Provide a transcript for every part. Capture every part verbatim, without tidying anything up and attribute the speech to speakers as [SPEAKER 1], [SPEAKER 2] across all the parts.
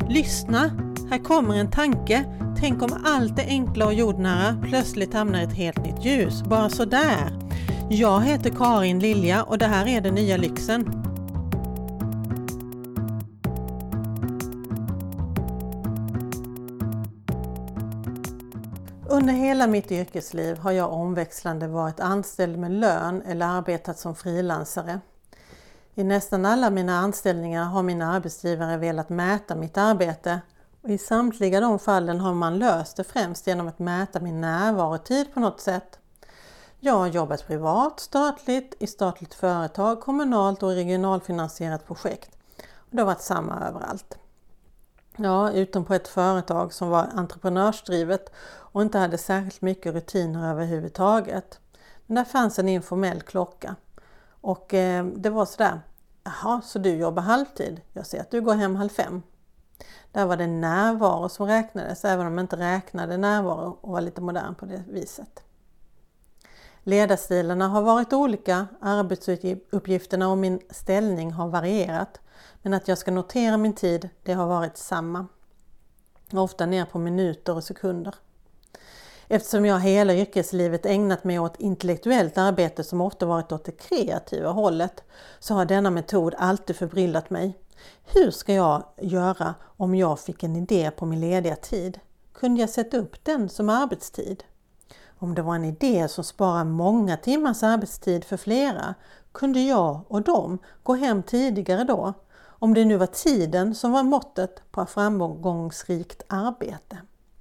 [SPEAKER 1] Lyssna, här kommer en tanke. Tänk om allt det enkla och jordnära plötsligt hamnar i ett helt nytt ljus. Bara så där. Jag heter Karin Lilja och det här är Den nya lyxen. Under hela mitt yrkesliv har jag omväxlande varit anställd med lön eller arbetat som frilansare. I nästan alla mina anställningar har mina arbetsgivare velat mäta mitt arbete och i samtliga de fallen har man löst det främst genom att mäta min närvarotid på något sätt. Jag har jobbat privat, statligt, i statligt företag, kommunalt och regionalfinansierat projekt. Och det har varit samma överallt. Ja, utom på ett företag som var entreprenörsdrivet och inte hade särskilt mycket rutiner överhuvudtaget. Men där fanns en informell klocka. Och eh, det var sådär, jaha, så du jobbar halvtid? Jag ser att du går hem halv fem. Där var det närvaro som räknades, även om man inte räknade närvaro och var lite modern på det viset. Ledarstilarna har varit olika, arbetsuppgifterna och min ställning har varierat. Men att jag ska notera min tid, det har varit samma. Ofta ner på minuter och sekunder. Eftersom jag hela yrkeslivet ägnat mig åt intellektuellt arbete som ofta varit åt det kreativa hållet, så har denna metod alltid förbryllat mig. Hur ska jag göra om jag fick en idé på min lediga tid? Kunde jag sätta upp den som arbetstid? Om det var en idé som sparar många timmars arbetstid för flera, kunde jag och de gå hem tidigare då? Om det nu var tiden som var måttet på framgångsrikt arbete.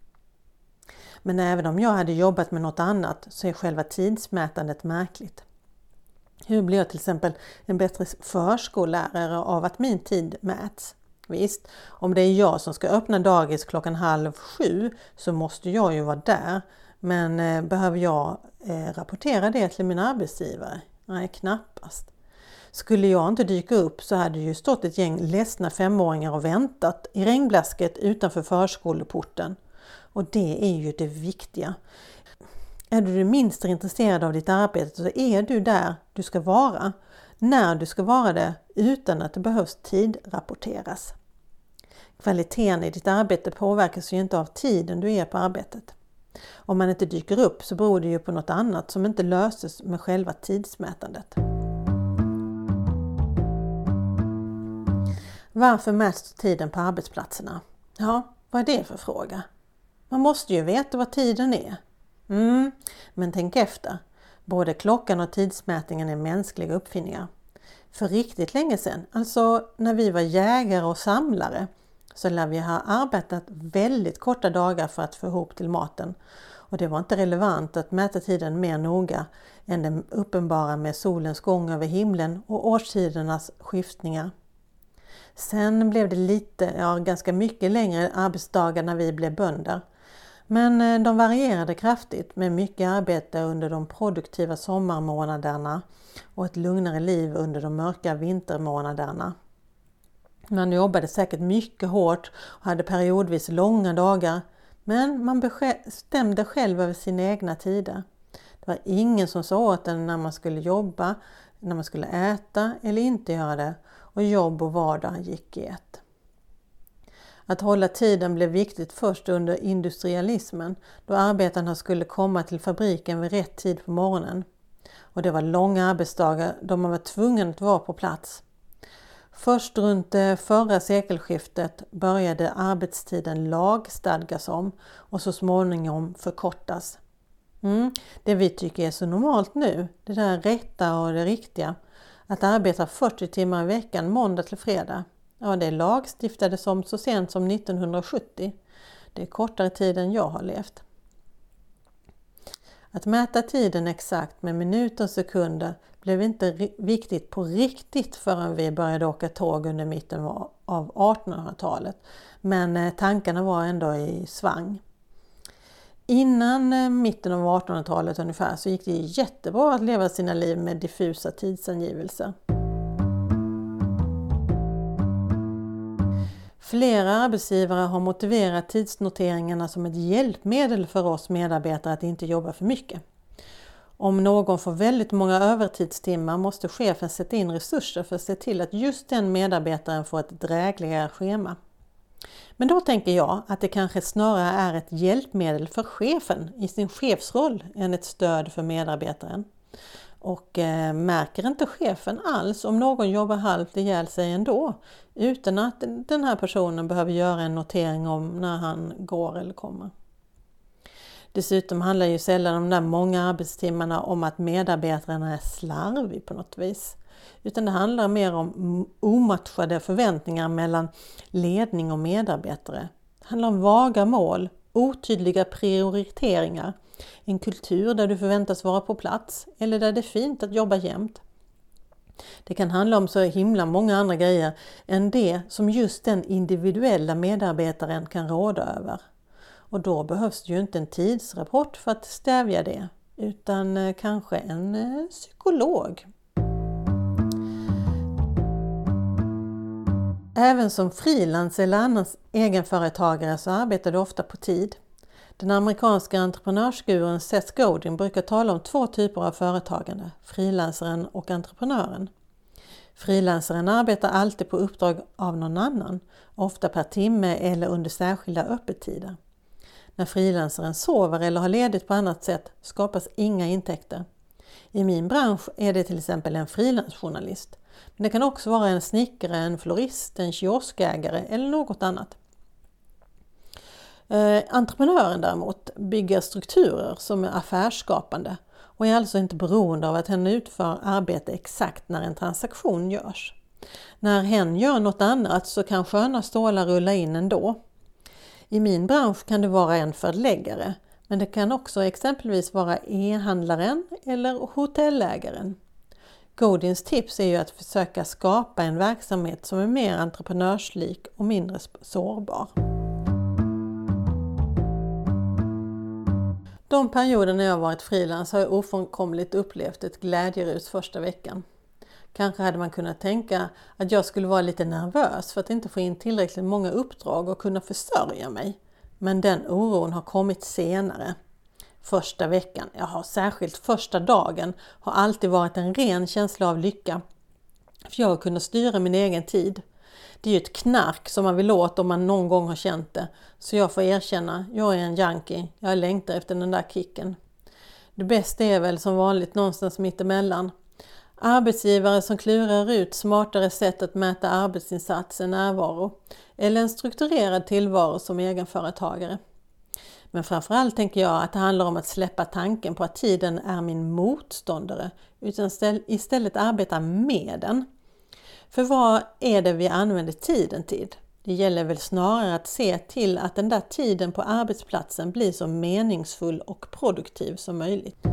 [SPEAKER 1] Men även om jag hade jobbat med något annat så är själva tidsmätandet märkligt. Hur blir jag till exempel en bättre förskollärare av att min tid mäts? Visst, om det är jag som ska öppna dagis klockan halv sju så måste jag ju vara där. Men eh, behöver jag eh, rapportera det till min arbetsgivare? Nej, knappast. Skulle jag inte dyka upp så hade ju stått ett gäng ledsna femåringar och väntat i regnblasket utanför förskoleporten. Och det är ju det viktiga. Är du det minst intresserad av ditt arbete så är du där du ska vara. När du ska vara det utan att det behövs tid rapporteras. Kvaliteten i ditt arbete påverkas ju inte av tiden du är på arbetet. Om man inte dyker upp så beror det ju på något annat som inte löses med själva tidsmätandet. Varför mäts tiden på arbetsplatserna? Ja, vad är det för fråga? Man måste ju veta vad tiden är. Mm, men tänk efter. Både klockan och tidsmätningen är mänskliga uppfinningar. För riktigt länge sedan, alltså när vi var jägare och samlare, så lär vi ha arbetat väldigt korta dagar för att få ihop till maten. Och det var inte relevant att mäta tiden mer noga än det uppenbara med solens gång över himlen och årstidernas skiftningar. Sen blev det lite, ja ganska mycket längre arbetsdagar när vi blev bönder. Men de varierade kraftigt med mycket arbete under de produktiva sommarmånaderna och ett lugnare liv under de mörka vintermånaderna. Man jobbade säkert mycket hårt och hade periodvis långa dagar, men man bestämde själv över sina egna tider. Det var ingen som sa åt en när man skulle jobba, när man skulle äta eller inte göra det, och jobb och vardag gick i ett. Att hålla tiden blev viktigt först under industrialismen, då arbetarna skulle komma till fabriken vid rätt tid på morgonen. Och det var långa arbetsdagar då man var tvungen att vara på plats. Först runt det förra sekelskiftet började arbetstiden lagstadgas om och så småningom förkortas. Mm, det vi tycker är så normalt nu, det där rätta och det riktiga, att arbeta fyrtio timmar i veckan måndag till fredag. Ja, det lagstiftades som så sent som nittonhundrasjuttio. Det är kortare tid än jag har levt. Att mäta tiden exakt med minuter och sekunder blev inte viktigt på riktigt förrän vi började åka tåg under mitten av artonhundratalet. Men tankarna var ändå i svang. Innan mitten av artonhundratalet ungefär så gick det jättebra att leva sina liv med diffusa tidsangivelser. Flera arbetsgivare har motiverat tidsnoteringarna som ett hjälpmedel för oss medarbetare att inte jobba för mycket. Om någon får väldigt många övertidstimmar måste chefen sätta in resurser för att se till att just den medarbetaren får ett drägligare schema. Men då tänker jag att det kanske snarare är ett hjälpmedel för chefen i sin chefsroll än ett stöd för medarbetaren. Och eh, märker inte chefen alls om någon jobbar halvt ihjäl sig ändå, utan att den här personen behöver göra en notering om när han går eller kommer. Dessutom handlar ju sällan om de där många arbetstimmarna om att medarbetarna är slarvig på något vis. Utan det handlar mer om omatchade förväntningar mellan ledning och medarbetare. Det handlar om vaga mål, otydliga prioriteringar, en kultur där du förväntas vara på plats eller där det är fint att jobba jämt. Det kan handla om så himla många andra grejer än det som just den individuella medarbetaren kan råda över. Och då behövs ju inte en tidsrapport för att stävja det, utan kanske en psykolog. Även som frilans eller annan egenföretagare så arbetar du ofta på tid. Den amerikanska entreprenörsgurun Seth Godin brukar tala om två typer av företagande, frilansaren och entreprenören. Frilansaren arbetar alltid på uppdrag av någon annan, ofta per timme eller under särskilda öppettider. När frilansaren sover eller har ledigt på annat sätt skapas inga intäkter. I min bransch är det till exempel en frilansjournalist. Men det kan också vara en snickare, en florist, en kioskägare eller något annat. Eh, entreprenören däremot bygger strukturer som är affärsskapande och är alltså inte beroende av att hen utför arbete exakt när en transaktion görs. När hen gör något annat så kan sköna stålar rulla in ändå. I min bransch kan det vara en förläggare, men det kan också exempelvis vara e-handlaren eller hotellägaren. Godins tips är ju att försöka skapa en verksamhet som är mer entreprenörslik och mindre sårbar. De perioder när jag varit frilans har jag ofrånkomligt upplevt ett glädjerus första veckan. Kanske hade man kunnat tänka att jag skulle vara lite nervös för att inte få in tillräckligt många uppdrag och kunna försörja mig. Men den oron har kommit senare. Första veckan, ja, särskilt första dagen, har alltid varit en ren känsla av lycka. För jag har kunnat styra min egen tid. Det är ju ett knark som man vill åt om man någon gång har känt det. Så jag får erkänna, jag är en junkie. Jag längtar efter den där kicken. Det bästa är väl som vanligt någonstans mitt emellan. Arbetsgivare som klurar ut smartare sätt att mäta arbetsinsats än närvaro. Eller en strukturerad tillvaro som egenföretagare. Men framförallt tänker jag att det handlar om att släppa tanken på att tiden är min motståndare. Utan istället arbeta med den. För vad är det vi använder tiden till? Det gäller väl snarare att se till att den där tiden på arbetsplatsen blir så meningsfull och produktiv som möjligt.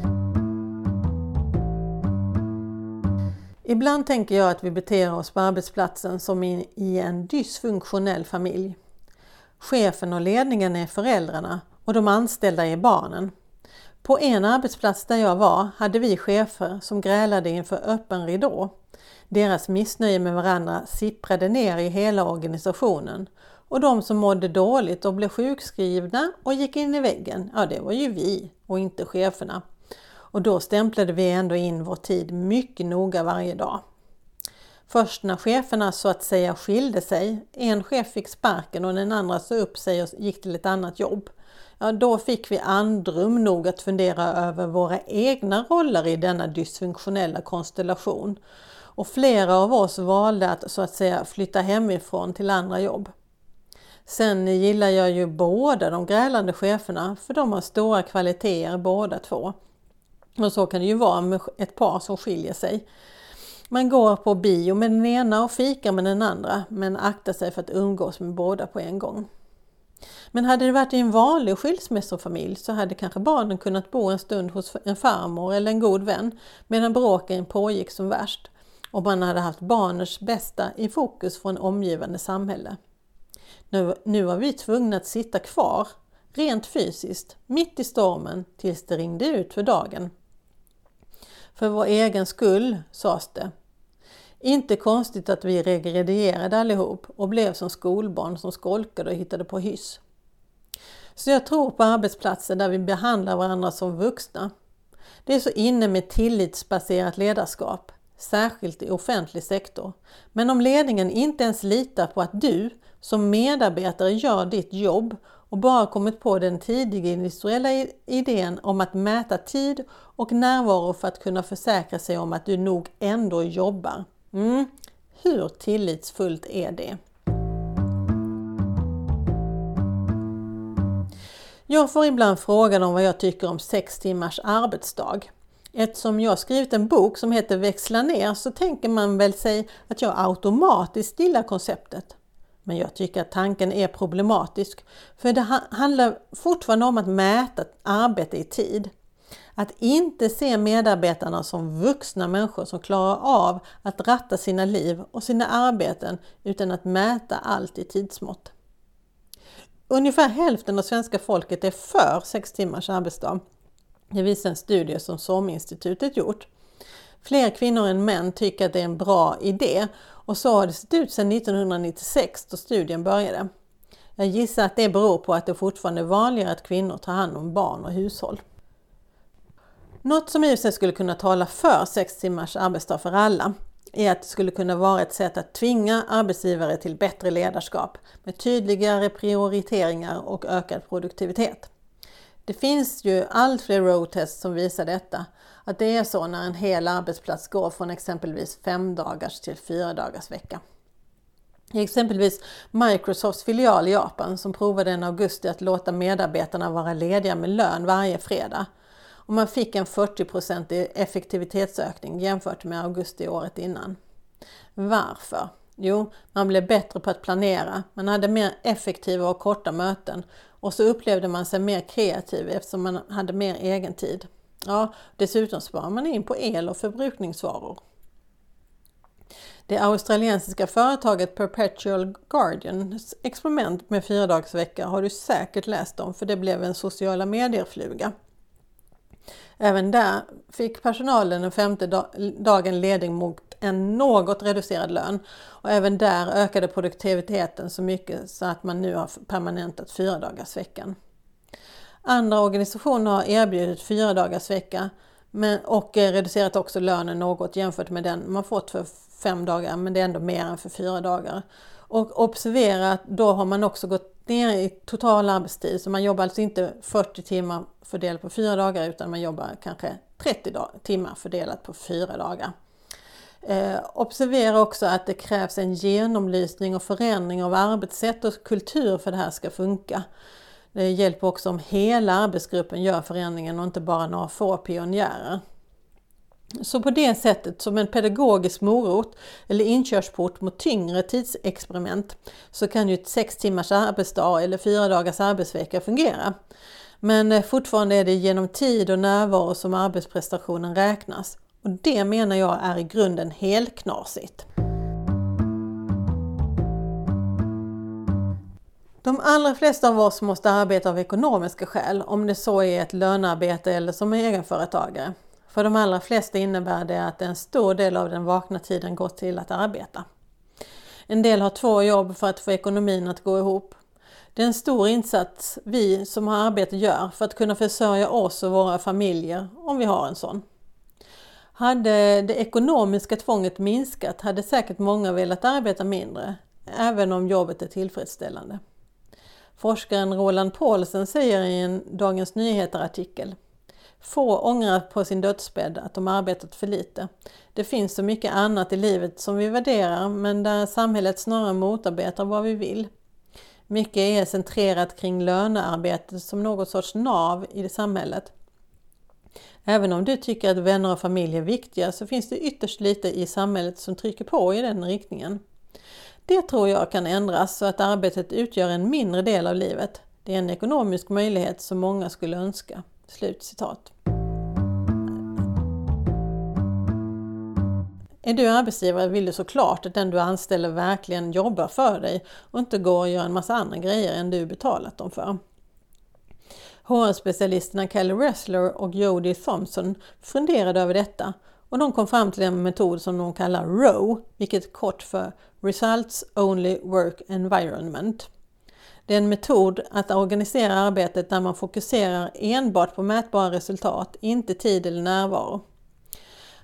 [SPEAKER 1] Ibland tänker jag att vi beter oss på arbetsplatsen som i en dysfunktionell familj. Chefen och ledningen är föräldrarna och de anställda är barnen. På en arbetsplats där jag var hade vi chefer som grälade inför öppen ridå. Deras missnöje med varandra sipprade ner i hela organisationen. Och de som mådde dåligt och blev sjukskrivna och gick in i väggen, ja det var ju vi och inte cheferna. Och då stämplade vi ändå in vår tid mycket noga varje dag. Först när cheferna så att säga skilde sig, en chef fick sparken och den andra så upp sig och gick till ett annat jobb. Ja, då fick vi andrum nog att fundera över våra egna roller i denna dysfunktionella konstellation. Och flera av oss valde att så att säga flytta hemifrån till andra jobb. Sen gillar jag ju båda de grälande cheferna för de har stora kvaliteter båda två. Och så kan det ju vara med ett par som skiljer sig. Man går på bio med den ena och fikar med den andra men aktar sig för att umgås med båda på en gång. Men hade det varit i en vanlig skilsmässofamilj så hade kanske barnen kunnat bo en stund hos en farmor eller en god vän medan bråken pågick som värst. Och man hade haft barnens bästa i fokus från omgivande samhälle. Nu, nu var vi tvungna att sitta kvar, rent fysiskt, mitt i stormen tills det ringde ut för dagen. För vår egen skull, sades det. Inte konstigt att vi regredierade allihop och blev som skolbarn som skolkade och hittade på hyss. Så jag tror på arbetsplatser där vi behandlar varandra som vuxna. Det är så inne med tillitsbaserat ledarskap, särskilt i offentlig sektor. Men om ledningen inte ens litar på att du, Som medarbetare gör ditt jobb och bara kommit på den tidiga industriella idén om att mäta tid och närvaro för att kunna försäkra sig om att du nog ändå jobbar. Mm. Hur tillitsfullt är det? Jag får ibland frågan om vad jag tycker om sex timmars arbetsdag. Eftersom jag skrivit en bok som heter Växla ner så tänker man väl sig att jag automatiskt gillar konceptet. Men jag tycker att tanken är problematisk, för det handlar fortfarande om att mäta arbete i tid. Att inte se medarbetarna som vuxna människor som klarar av att ratta sina liv och sina arbeten utan att mäta allt i tidsmått. Ungefär hälften av svenska folket är för sex timmars arbetsdag. Det visar en studie som SOM-institutet gjort. Fler kvinnor än män tycker att det är en bra idé och så har det sett ut sedan nittonhundranittiosex då studien började. Jag gissar att det beror på att det fortfarande är vanligare att kvinnor tar hand om barn och hushåll. Något som i sig skulle kunna tala för sex timmars arbetsdag för alla är att det skulle kunna vara ett sätt att tvinga arbetsgivare till bättre ledarskap med tydligare prioriteringar och ökad produktivitet. Det finns ju allt fler road tests som visar detta, att det är så när en hel arbetsplats går från exempelvis fem dagars till fyra dagars vecka. I exempelvis Microsofts filial i Japan som provade en augusti att låta medarbetarna vara lediga med lön varje fredag. Och man fick en fyrtio procent effektivitetsökning jämfört med augusti året innan. Varför? Jo, man blev bättre på att planera, man hade mer effektiva och korta möten och så upplevde man sig mer kreativ eftersom man hade mer egen tid. Ja, dessutom sparar man in på el och förbrukningsvaror. Det australiensiska företaget Perpetual Guardians experiment med fyra dagars vecka har du säkert läst om, för det blev en sociala medier-fluga. Även där fick personalen den femte dagen ledig mot en något reducerad lön och även där ökade produktiviteten så mycket så att man nu har permanentat fyra dagars veckan. Andra organisationer har erbjudit fyra dagars vecka men, och reducerat också lönen något jämfört med den man fått för fem dagar, men det är ändå mer än för fyra dagar. Och observera att då har man också gått ner i total arbetstid, så man jobbar alltså inte fyrtio timmar fördelat på fyra dagar utan man jobbar kanske trettio timmar fördelat på fyra dagar. Eh, observera också att det krävs en genomlysning och förändring av arbetssätt och kultur för det här ska funka. Det hjälper också om hela arbetsgruppen gör förändringen och inte bara några få pionjärer. Så på det sättet, som en pedagogisk morot eller inkörsport mot tyngre tidsexperiment, så kan ju ett sex timmars arbetsdag eller fyra dagars arbetsvecka fungera. Men fortfarande är det genom tid och närvaro som arbetsprestationen räknas. Och det menar jag är i grunden helt knasigt. De allra flesta av oss måste arbeta av ekonomiska skäl, om det så är ett lönearbete eller som egenföretagare. För de allra flesta innebär det att en stor del av den vakna tiden går till att arbeta. En del har två jobb för att få ekonomin att gå ihop. Det är en stor insats vi som har arbete gör för att kunna försörja oss och våra familjer, om vi har en sån. Hade det ekonomiska tvånget minskat hade säkert många velat arbeta mindre, även om jobbet är tillfredsställande. Forskaren Roland Paulsen säger i en Dagens Nyheter-artikel: få ångrar på sin dödsbädd att de arbetat för lite. Det finns så mycket annat i livet som vi värderar, men där samhället snarare motarbetar vad vi vill. Mycket är centrerat kring lönearbete som något sorts nav i det samhället. Även om du tycker att vänner och familj är viktiga så finns det ytterst lite i samhället som trycker på i den riktningen. Det tror jag kan ändras så att arbetet utgör en mindre del av livet. Det är en ekonomisk möjlighet som många skulle önska. Slut citat. Är du arbetsgivare vill du såklart att den du anställer verkligen jobbar för dig och inte går och gör en massa andra grejer än du betalat dem för. H R-specialisterna Kelly Ressler och Jodie Thompson funderade över detta och de kom fram till en metod som de kallar R O W, vilket är kort för Results Only Work Environment. Det är en metod att organisera arbetet där man fokuserar enbart på mätbara resultat, inte tid eller närvaro.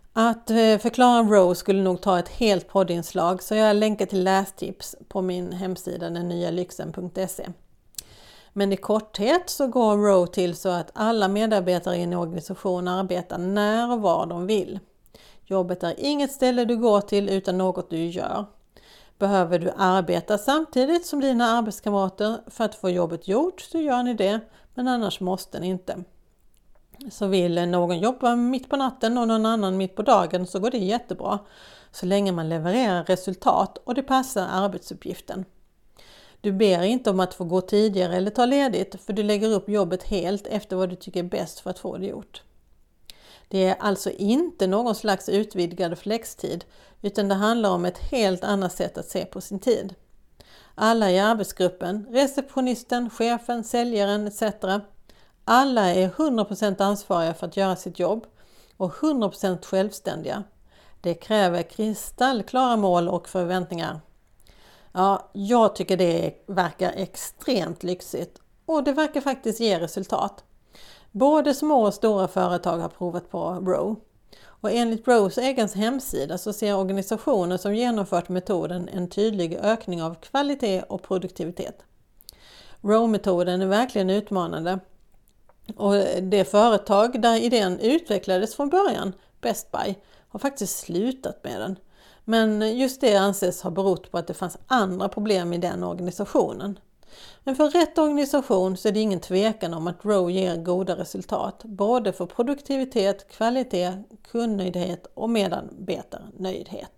[SPEAKER 1] Att förklara Row skulle nog ta ett helt poddinslag, så jag länkar till lästips på min hemsida den nya lyxen punkt se. Men i korthet så går Row till så att alla medarbetare i en organisation arbetar när och var de vill. Jobbet är inget ställe du går till utan något du gör. Behöver du arbeta samtidigt som dina arbetskamrater för att få jobbet gjort, så gör ni det, men annars måste ni inte. Så vill någon jobba mitt på natten och någon annan mitt på dagen, så går det jättebra, så länge man levererar resultat och det passar arbetsuppgiften. Du ber inte om att få gå tidigare eller ta ledigt, för du lägger upp jobbet helt efter vad du tycker är bäst för att få det gjort. Det är alltså inte någon slags utvidgad flextid, utan det handlar om ett helt annat sätt att se på sin tid. Alla i arbetsgruppen, receptionisten, chefen, säljaren et cetera. Alla är hundra procent ansvariga för att göra sitt jobb och hundra procent självständiga. Det kräver kristallklara mål och förväntningar. Ja, jag tycker det verkar extremt lyxigt och det verkar faktiskt ge resultat. Både små och stora företag har provat på Row. Och enligt Rows egen hemsida så ser organisationer som genomfört metoden en tydlig ökning av kvalitet och produktivitet. Row-metoden är verkligen utmanande. Och det företag där idén utvecklades från början, Best Buy, har faktiskt slutat med den. Men just det anses ha berott på att det fanns andra problem i den organisationen. Men för rätt organisation så är det ingen tvekan om att Row ger goda resultat, både för produktivitet, kvalitet, kundnöjdhet och medarbetarnöjdhet.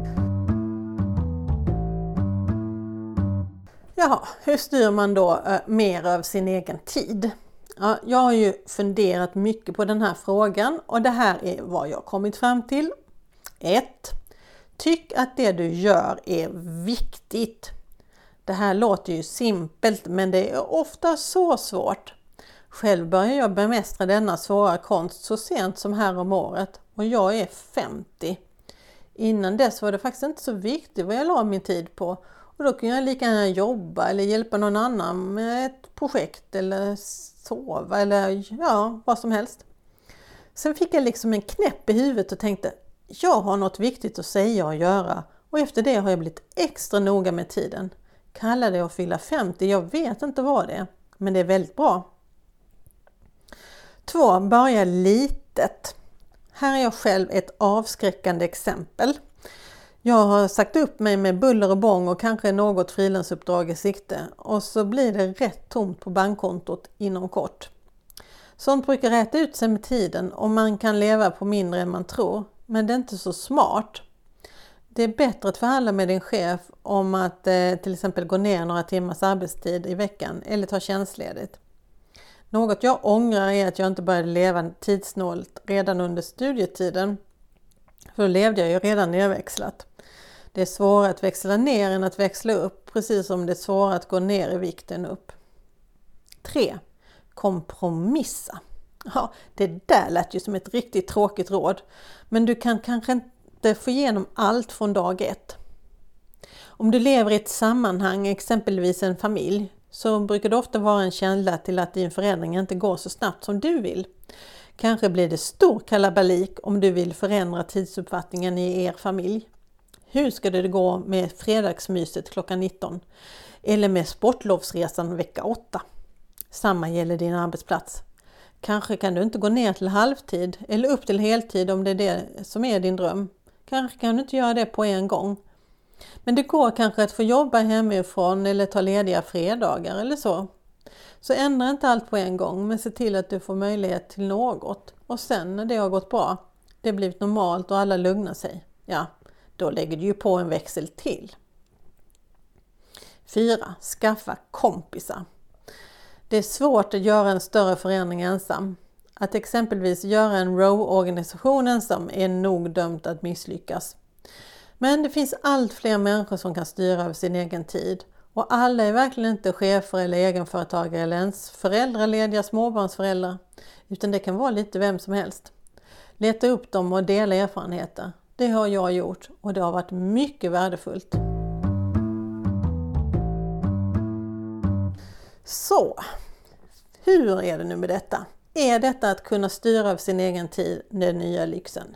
[SPEAKER 1] Jaha, hur styr man då äh, mer av sin egen tid? Ja, jag har ju funderat mycket på den här frågan och det här är vad jag kommit fram till. ett. Tyck att det du gör är viktigt. Det här låter ju simpelt, men det är ofta så svårt. Själv började jag bemästra denna svåra konst så sent som här om året och jag är femtio. Innan dess var det faktiskt inte så viktigt vad jag la min tid på och då kunde jag lika gärna jobba eller hjälpa någon annan med ett projekt eller sova eller ja, vad som helst. Sen fick jag liksom en knäpp i huvudet och tänkte, jag har något viktigt att säga och göra och efter det har jag blivit extra noga med tiden. Kalla det att fylla femtio, jag vet inte vad det är, men det är väldigt bra. två. Börja litet. Här är jag själv ett avskräckande exempel. Jag har sagt upp mig med buller och bång och kanske något frilansuppdrag i sikte och så blir det rätt tomt på bankkontot inom kort. Sånt brukar rätta ut sig med tiden och man kan leva på mindre än man tror, men det är inte så smart. Det är bättre att förhandla med din chef om att eh, till exempel gå ner några timmars arbetstid i veckan eller ta tjänstledigt. Något jag ångrar är att jag inte började leva tidsnålt redan under studietiden. För då levde jag ju redan nedväxlat. Det är svårare att växla ner än att växla upp, precis som det är svårare att gå ner i vikten upp. tre. Kompromissa. Ja, det där lät ju som ett riktigt tråkigt råd. Men du kan kanske inte få igenom allt från dag ett. Om du lever i ett sammanhang, exempelvis en familj, så brukar det ofta vara en källa till att din förändring inte går så snabbt som du vill. Kanske blir det stor kalabalik om du vill förändra tidsuppfattningen i er familj. Hur ska det gå med fredagsmyset klockan nitton? Eller med sportlovsresan vecka åtta? Samma gäller din arbetsplats. Kanske kan du inte gå ner till halvtid eller upp till heltid om det är det som är din dröm. Kanske kan du inte göra det på en gång. Men det går kanske att få jobba hemifrån eller ta lediga fredagar eller så. Så ändra inte allt på en gång, men se till att du får möjlighet till något. Och sen när det har gått bra, det har blivit normalt och alla lugnar sig. Ja, då lägger du ju på en växel till. fyra. Skaffa kompisar. Det är svårt att göra en större förändring ensam. Att exempelvis göra en Row-organisation ensam är nog dömt att misslyckas. Men det finns allt fler människor som kan styra över sin egen tid. Och alla är verkligen inte chefer eller egenföretagare eller ens föräldralediga småbarnsföräldrar. Utan det kan vara lite vem som helst. Leta upp dem och dela erfarenheter. Det har jag gjort och det har varit mycket värdefullt. Så, hur är det nu med detta? Är detta att kunna styra över sin egen tid den nya lyxen?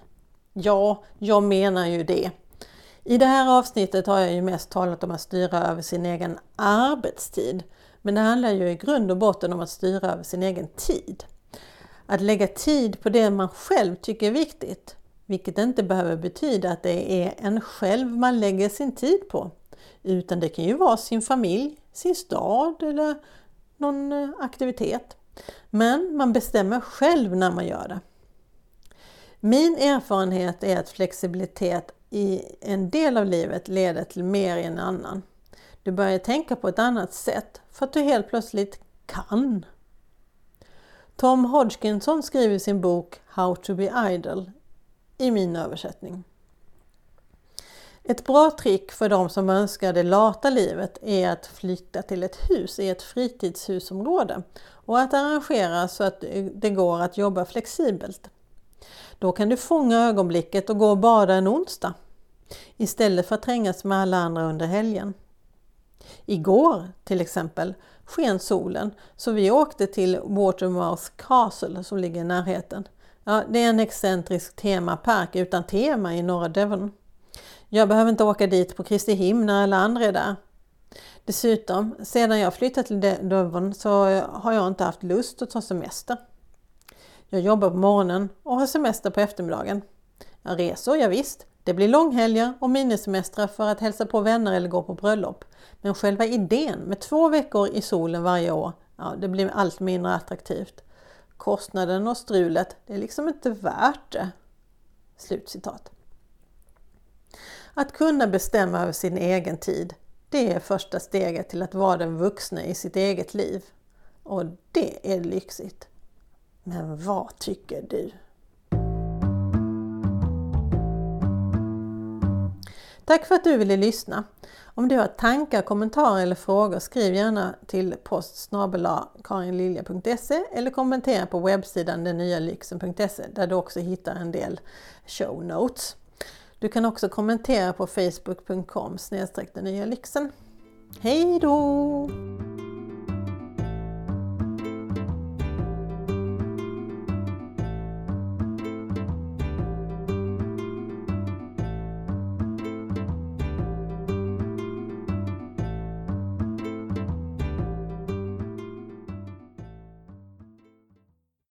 [SPEAKER 1] Ja, jag menar ju det. I det här avsnittet har jag ju mest talat om att styra över sin egen arbetstid. Men det handlar ju i grund och botten om att styra över sin egen tid. Att lägga tid på det man själv tycker är viktigt. Vilket inte behöver betyda att det är en själv man lägger sin tid på. Utan det kan ju vara sin familj, sin stad eller någon aktivitet. Men man bestämmer själv när man gör det. Min erfarenhet är att flexibilitet i en del av livet leder till mer i en annan. Du börjar tänka på ett annat sätt för att du helt plötsligt kan. Tom Hodgkinson skriver i sin bok How to be idle i min översättning. Ett bra trick för de som önskar det lata livet är att flytta till ett hus i ett fritidshusområde och att arrangera så att det går att jobba flexibelt. Då kan du fånga ögonblicket och gå och bada en onsdag istället för att trängas med alla andra under helgen. Igår till exempel sken solen så vi åkte till Watermouth Castle som ligger i närheten. Ja, det är en excentrisk temapark utan tema i norra Devon. Jag behöver inte åka dit på Kristi himn när alla andra är där. Dessutom, sedan jag flyttat till Devon så har jag inte haft lust att ta semester. Jag jobbar på morgonen och har semester på eftermiddagen. Jag reser, ja visst. Det blir långhelger och minisemestrar för att hälsa på vänner eller gå på bröllop. Men själva idén med två veckor i solen varje år, ja, det blir allt mindre attraktivt. Kostnaden och strulet, det är liksom inte värt det. Slutcitat. Att kunna bestämma över sin egen tid, det är första steget till att vara den vuxna i sitt eget liv. Och det är lyxigt. Men vad tycker du? Tack för att du ville lyssna. Om du har tankar, kommentarer eller frågor, skriv gärna till post snabel-a karinlilja punkt se eller kommentera på webbsidan den nya lyxen punkt se där du också hittar en del show notes. Du kan också kommentera på facebook punkt com snedstreck den nya lyxen. Hej då!